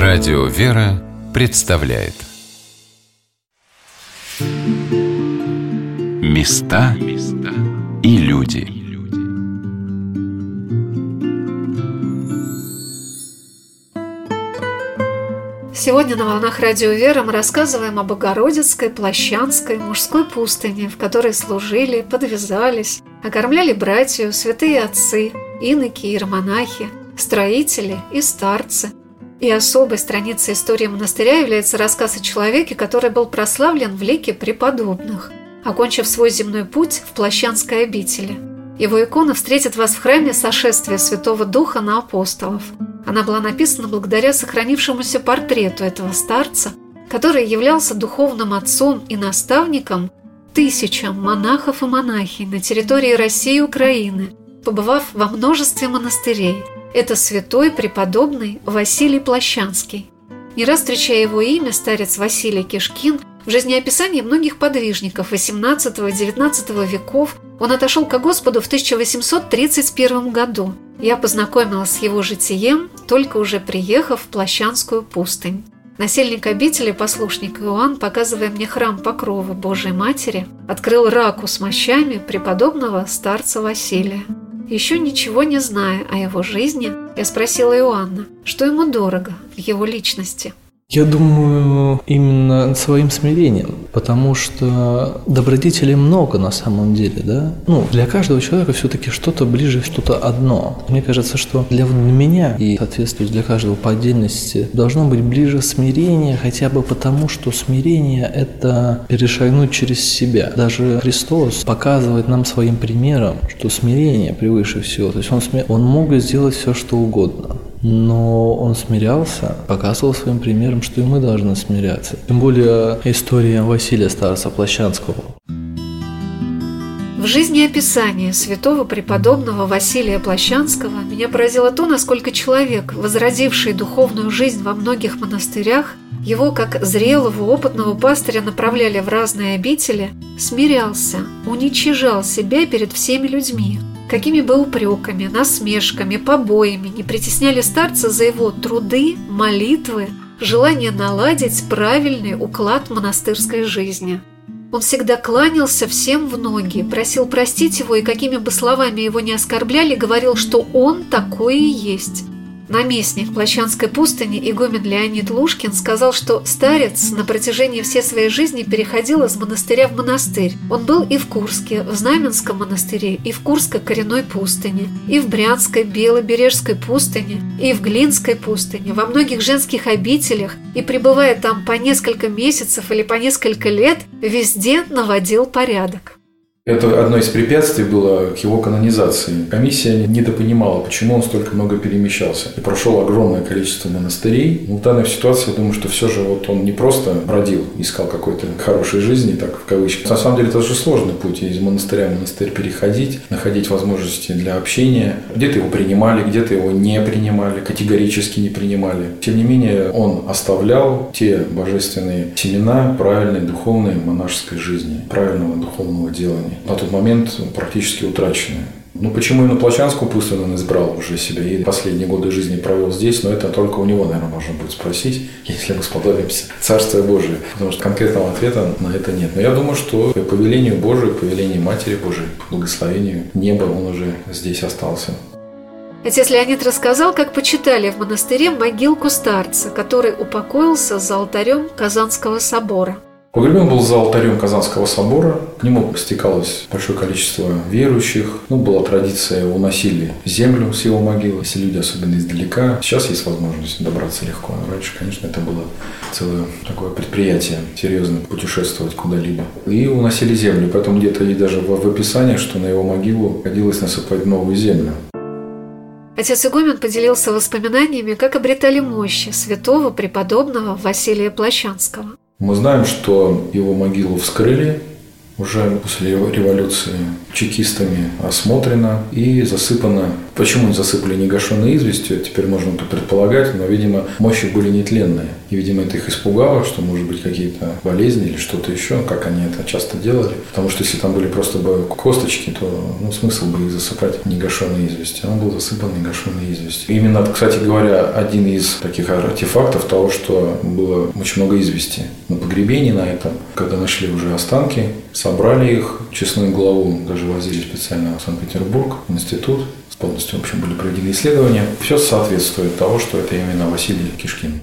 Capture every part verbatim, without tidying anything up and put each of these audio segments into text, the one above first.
Радио «Вера» представляет Места и люди. Сегодня на волнах Радио «Вера» мы рассказываем об Богородицкой, Плащанской, мужской пустыне, в которой служили, подвязались, окормляли братью, святые отцы, иноки и иеромонахи, строители и старцы. И особой страницей истории монастыря является рассказ о человеке, который был прославлен в лике преподобных, окончив свой земной путь в Плащанской обители. Его икона встретит вас в храме сошествия Святого Духа на апостолов. Она была написана благодаря сохранившемуся портрету этого старца, который являлся духовным отцом и наставником тысячам монахов и монахинь на территории России и Украины, побывав во множестве монастырей. Это святой преподобный Василий Плащанский. Не раз встречая его имя, старец Василий Кишкин, в жизнеописании многих подвижников восемнадцатого-девятнадцатого веков он отошел ко Господу в тысяча восемьсот тридцать первом году. Я познакомилась с его житием, только уже приехав в Плащанскую пустынь. Насельник обители, послушник Иоанн, показывая мне храм Покрова Божией Матери, открыл раку с мощами преподобного старца Василия. Еще ничего не зная о его жизни, я спросила Иоанна, что ему дорого в его личности. Я думаю, именно своим смирением, потому что добродетелей много на самом деле, да? Ну, для каждого человека все-таки что-то ближе, что-то одно. Мне кажется, что для меня и, соответственно, для каждого по отдельности должно быть ближе смирение, хотя бы потому, что смирение – это перешагнуть через себя. Даже Христос показывает нам своим примером, что смирение превыше всего. То есть он, сме... он мог сделать все, что угодно. Но он смирялся, показывал своим примером, что и мы должны смиряться. Тем более история Василия старца Плащанского. В жизнеописании святого преподобного Василия Плащанского меня поразило то, насколько человек, возродивший духовную жизнь во многих монастырях, его, как зрелого, опытного пастыря, направляли в разные обители, смирялся, уничижал себя перед всеми людьми. Какими бы упреками, насмешками, побоями не притесняли старца за его труды, молитвы, желание наладить правильный уклад монастырской жизни. Он всегда кланялся всем в ноги, просил простить его, и какими бы словами его не оскорбляли, говорил, что он такой и есть. Наместник Плащанской пустыни игумен Леонид Лушкин сказал, что старец на протяжении всей своей жизни переходил из монастыря в монастырь. Он был и в Курске, в Знаменском монастыре, и в Курской коренной пустыне, и в Брянской Белобережской пустыне, и в Глинской пустыне, во многих женских обителях, и, пребывая там по несколько месяцев или по несколько лет, везде наводил порядок. Это одно из препятствий было к его канонизации. Комиссия недопонимала, почему он столько много перемещался. И прошел огромное количество монастырей. Но в данной ситуации, я думаю, что все же вот он не просто бродил, искал какой-то хорошей жизни, так в кавычках. На самом деле это же сложный путь, из монастыря в монастырь переходить, находить возможности для общения. Где-то его принимали, где-то его не принимали, категорически не принимали. Тем не менее, он оставлял те божественные семена правильной духовной монашеской жизни, правильного духовного делания. На тот момент практически утраченные. Ну, почему именно Плащанскую пустыню он избрал уже себя и последние годы жизни провел здесь, но это только у него, наверное, можно будет спросить, если мы сподобимся Царствия Божие, потому что конкретного ответа на это нет. Но я думаю, что по велению Божию, по велению Матери Божией, по благословению неба он уже здесь остался. Отец Леонид рассказал, как почитали в монастыре могилку старца, который упокоился за алтарем Казанского собора. Погребен был за алтарем Казанского собора. К нему стекалось большое количество верующих. Ну, была традиция, уносили землю с его могилы, если люди особенно издалека. Сейчас есть возможность добраться легко. Но раньше, конечно, это было целое такое предприятие, серьезно путешествовать куда-либо. И уносили землю. Поэтому где-то и даже в, в описании, что на его могилу приходилось насыпать новую землю. Отец игумен поделился воспоминаниями, как обретали мощи святого преподобного Василия Плащанского. Мы знаем, что его могилу вскрыли уже после революции чекистами, осмотрена и засыпана Почему засыпали негашенной известью, теперь можно предполагать, но, видимо, мощи были нетленные. И, видимо, это их испугало, что, может быть, какие-то болезни или что-то еще, как они это часто делали. Потому что если там были просто бы косточки, то ну, смысл бы их засыпать негашенной известью. Он был засыпан негашенной известью. И именно, кстати говоря, один из таких артефактов того, что было очень много извести. На погребении на этом, когда нашли уже останки, собрали их, честную главу даже возили специально в Санкт-Петербург, в институт. Полностью, в общем, были проведены исследования. Все соответствует того, что это именно Василий Кишкин.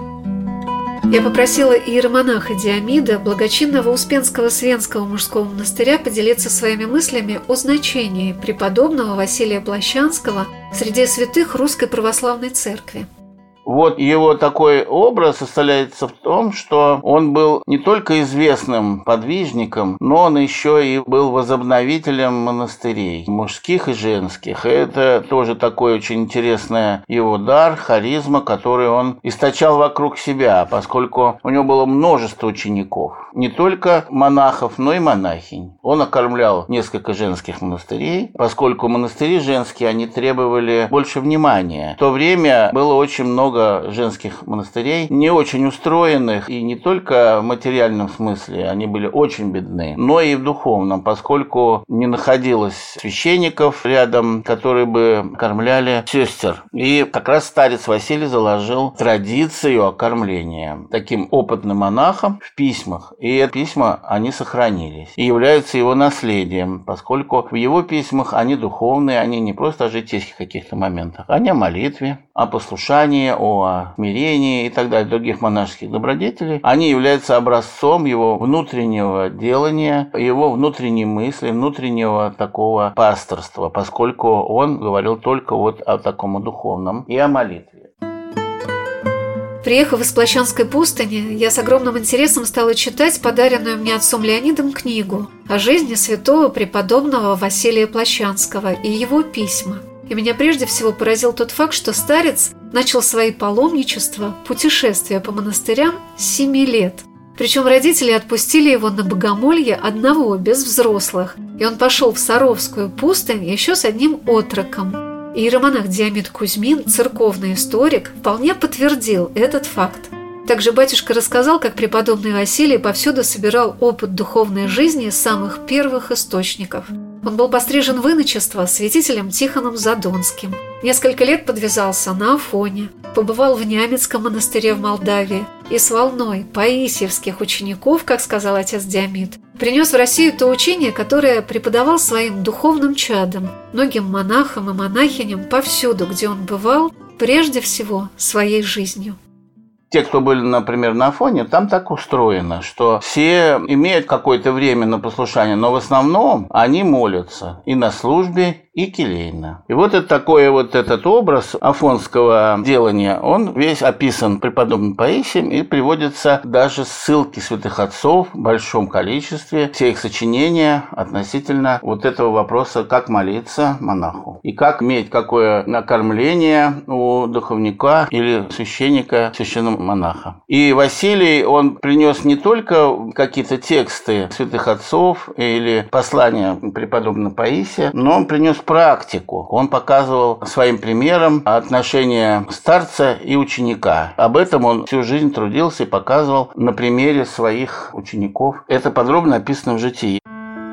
Я попросила иеромонаха Диомида, благочинного Успенского Свенского мужского монастыря, поделиться своими мыслями о значении преподобного Василия Плащанского среди святых Русской Православной Церкви. Вот его такой образ состояется в том, что он был не только известным подвижником, но он еще и был возобновителем монастырей, мужских и женских. И это тоже такой очень интересный его дар, харизма, который он источал вокруг себя, поскольку у него было множество учеников. Не только монахов, но и монахинь. Он окормлял несколько женских монастырей, поскольку монастыри женские, они требовали больше внимания. В то время было очень много женских монастырей, не очень устроенных, и не только в материальном смысле, они были очень бедны, но и в духовном, поскольку не находилось священников рядом, которые бы кормляли сестер. И как раз старец Василий заложил традицию окормления таким опытным монахом в письмах. И эти письма, они сохранились и являются его наследием, поскольку в его письмах они духовные, они не просто о житейских каких-то моментах, они о молитве, о послушании, о смирении и так далее, других монашеских добродетелей. Они являются образцом его внутреннего делания, его внутренней мысли, внутреннего такого пасторства, поскольку он говорил только вот о таком духовном и о молитве. Приехав из Плащанской пустыни, я с огромным интересом стала читать подаренную мне отцом Леонидом книгу о жизни святого преподобного Василия Плащанского и его письма. И меня прежде всего поразил тот факт, что старец начал свои паломничества, путешествия по монастырям с семи лет. Причем родители отпустили его на богомолье одного, без взрослых, и он пошел в Саровскую пустынь еще с одним отроком. Иеромонах Диомид Кузьмин, церковный историк, вполне подтвердил этот факт. Также батюшка рассказал, как преподобный Василий повсюду собирал опыт духовной жизни с самых первых источников. Он был пострижен в иночество святителем Тихоном Задонским. Несколько лет подвязался на Афоне, побывал в Нямецком монастыре в Молдавии и с волной паисьевских учеников, как сказал отец Диомид, принес в Россию то учение, которое преподавал своим духовным чадам, многим монахам и монахиням повсюду, где он бывал, прежде всего своей жизнью. Те, кто были, например, на Афоне, там так устроено, что все имеют какое-то время на послушание, но в основном они молятся и на службе, и келейно. И вот это такой вот этот образ афонского делания, он весь описан преподобным Паисием, и приводятся даже ссылки святых отцов в большом количестве, все их сочинения относительно вот этого вопроса, как молиться монаху и как иметь какое накормление у духовника или священника, священного монаха. И Василий, он принес не только какие-то тексты святых отцов или послания преподобного Паисия, но он принес практику. Он показывал своим примером отношения старца и ученика. Об этом он всю жизнь трудился и показывал на примере своих учеников. Это подробно описано в житии.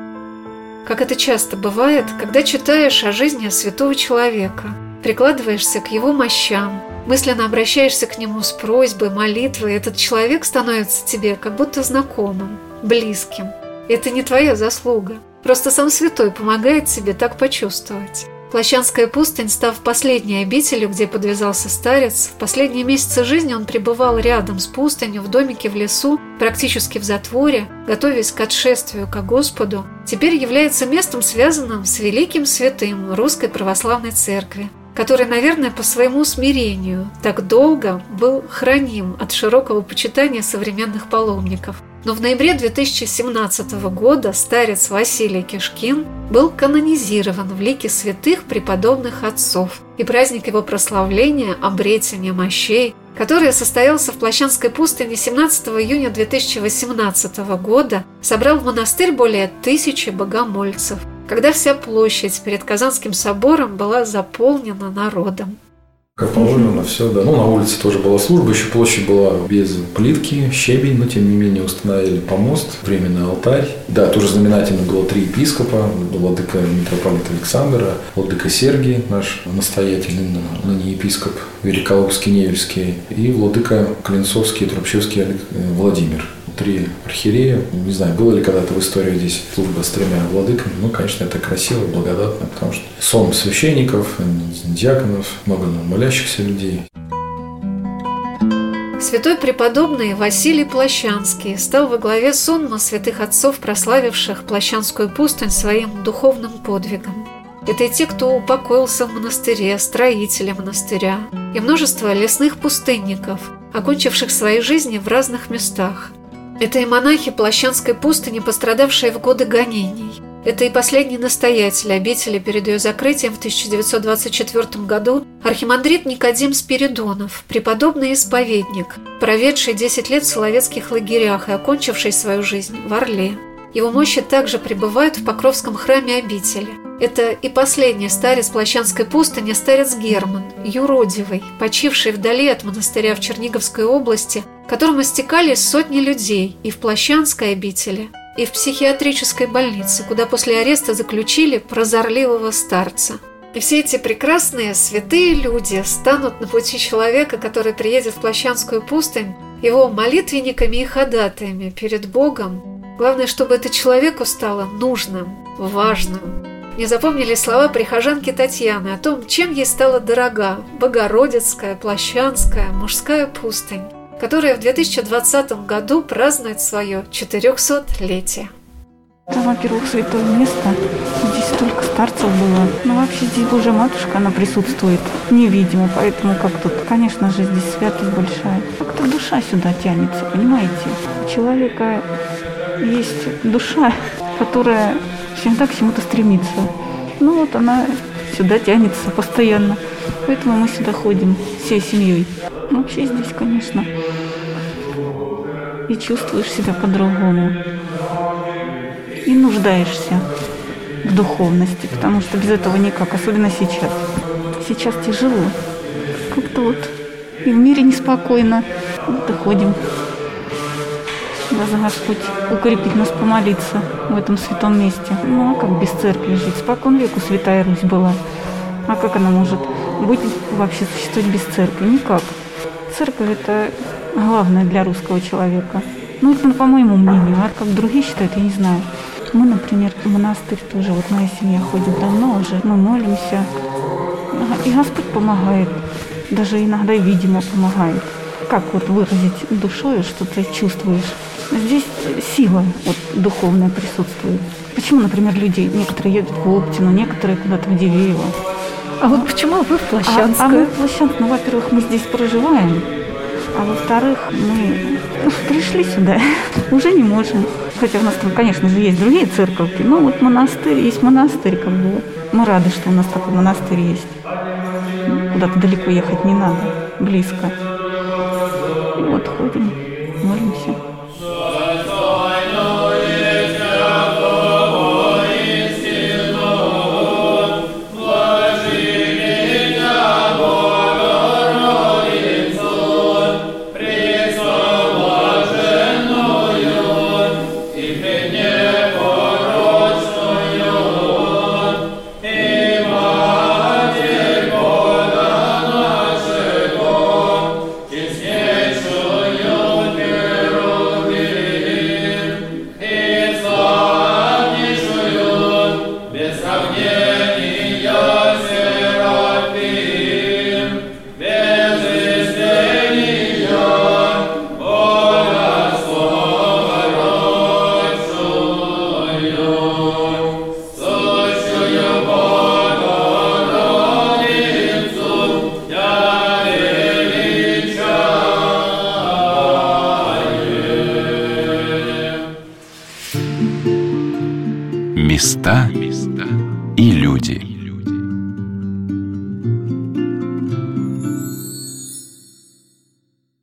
Как это часто бывает, когда читаешь о жизни святого человека, прикладываешься к его мощам, мысленно обращаешься к нему с просьбой, молитвой, этот человек становится тебе как будто знакомым, близким. Это не твоя заслуга. Просто сам святой помогает тебе так почувствовать. Плащанская пустынь, став последней обителью, где подвязался старец, в последние месяцы жизни он пребывал рядом с пустынью, в домике в лесу, практически в затворе, готовясь к отшествию ко Господу, теперь является местом, связанным с великим святым Русской Православной Церкви, который, наверное, по своему смирению так долго был храним от широкого почитания современных паломников. Но в ноябре две тысячи семнадцатого года старец Василий Кишкин был канонизирован в лике святых преподобных отцов, и праздник его прославления, обретения мощей, который состоялся в Плащанской пустыне семнадцатого июня две тысячи восемнадцатого года, собрал в монастырь более тысячи богомольцев. когда вся площадь перед Казанским собором была заполнена народом. Как положено, все, да. Ну, на улице тоже была служба, еще площадь была без плитки, щебень, но тем не менее установили помост, временный алтарь. Да, тоже знаменательно было три епископа, владыка митрополит Александра, владыка Сергий, наш настоятельный ныне епископ Великолукский, Невельский, и владыка Клинцовский, Трубчевский Владимир. Три архиерея. Не знаю, было ли когда-то в истории здесь служба с тремя владыками. Ну, конечно, это красиво, благодатно, потому что сон священников, диаконов, много молящихся людей. Святой преподобный Василий Плащанский стал во главе сонма святых отцов, прославивших Плащанскую пустынь своим духовным подвигом. Это и те, кто упокоился в монастыре, строители монастыря, и множество лесных пустынников, окончивших свои жизни в разных местах. Это и монахи Плащанской пустыни, пострадавшие в годы гонений. Это и последний настоятель обители перед ее закрытием в тысяча девятьсот двадцать четвёртом году архимандрит Никодим Спиридонов, преподобный исповедник, проведший десять лет в соловецких лагерях и окончивший свою жизнь в Орле. Его мощи также пребывают в Покровском храме обители. Это и последний старец Плащанской пустыни, старец Герман, юродивый, почивший вдали от монастыря в Черниговской области, к которому стекались сотни людей и в Плащанской обители, и в психиатрической больнице, куда после ареста заключили прозорливого старца. И все эти прекрасные святые люди станут на пути человека, который приедет в Плащанскую пустынь, его молитвенниками и ходатаями перед Богом. Главное, чтобы это человеку стало нужным, важным. Мне запомнились слова прихожанки Татьяны о том, чем ей стала дорога Богородицкая, Плащанская, мужская пустынь, которая в две тысячи двадцатом году празднует свое четырехсотлетие. Это, во-первых, святое место. Здесь столько старцев было. Но вообще здесь Божья Матушка, она присутствует невидимо, поэтому как тут, конечно же, здесь святость большая. Как-то душа сюда тянется, понимаете? У человека есть душа, которая всегда к чему-то стремится. Ну вот она сюда тянется постоянно. Поэтому мы сюда ходим всей семьей. Ну, вообще здесь, конечно, и чувствуешь себя по-другому. И нуждаешься в духовности, потому что без этого никак, особенно сейчас. Сейчас тяжело. Как-то вот и в мире неспокойно. Вот и ходим. Да, за Господь укрепить нас, помолиться в этом святом месте. Ну, а как без церкви жить? Спокон веку Святая Русь была. А как она может быть, вообще существовать без церкви? Никак. Церковь – это главное для русского человека. Ну, это по моему мнению. А как другие считают, я не знаю. Мы, например, в монастырь тоже, вот моя семья ходит давно уже. Мы молимся. И Господь помогает. Даже иногда видимо помогает. Как вот выразить душой, что ты чувствуешь? Здесь сила вот, духовная присутствует. Почему, например, люди, некоторые едут в Оптину, некоторые куда-то в Дивеево. А вот почему вы в Плащанскую? А, а мы в Плащанскую, ну, во-первых, мы здесь проживаем, а во-вторых, мы ну, пришли сюда, уже не можем. Хотя у нас там, конечно же, есть другие церковки, но вот монастырь, есть монастырь, как бы. Мы рады, что у нас такой монастырь есть. Куда-то далеко ехать не надо, близко. И вот ходим, молимся. Места и люди.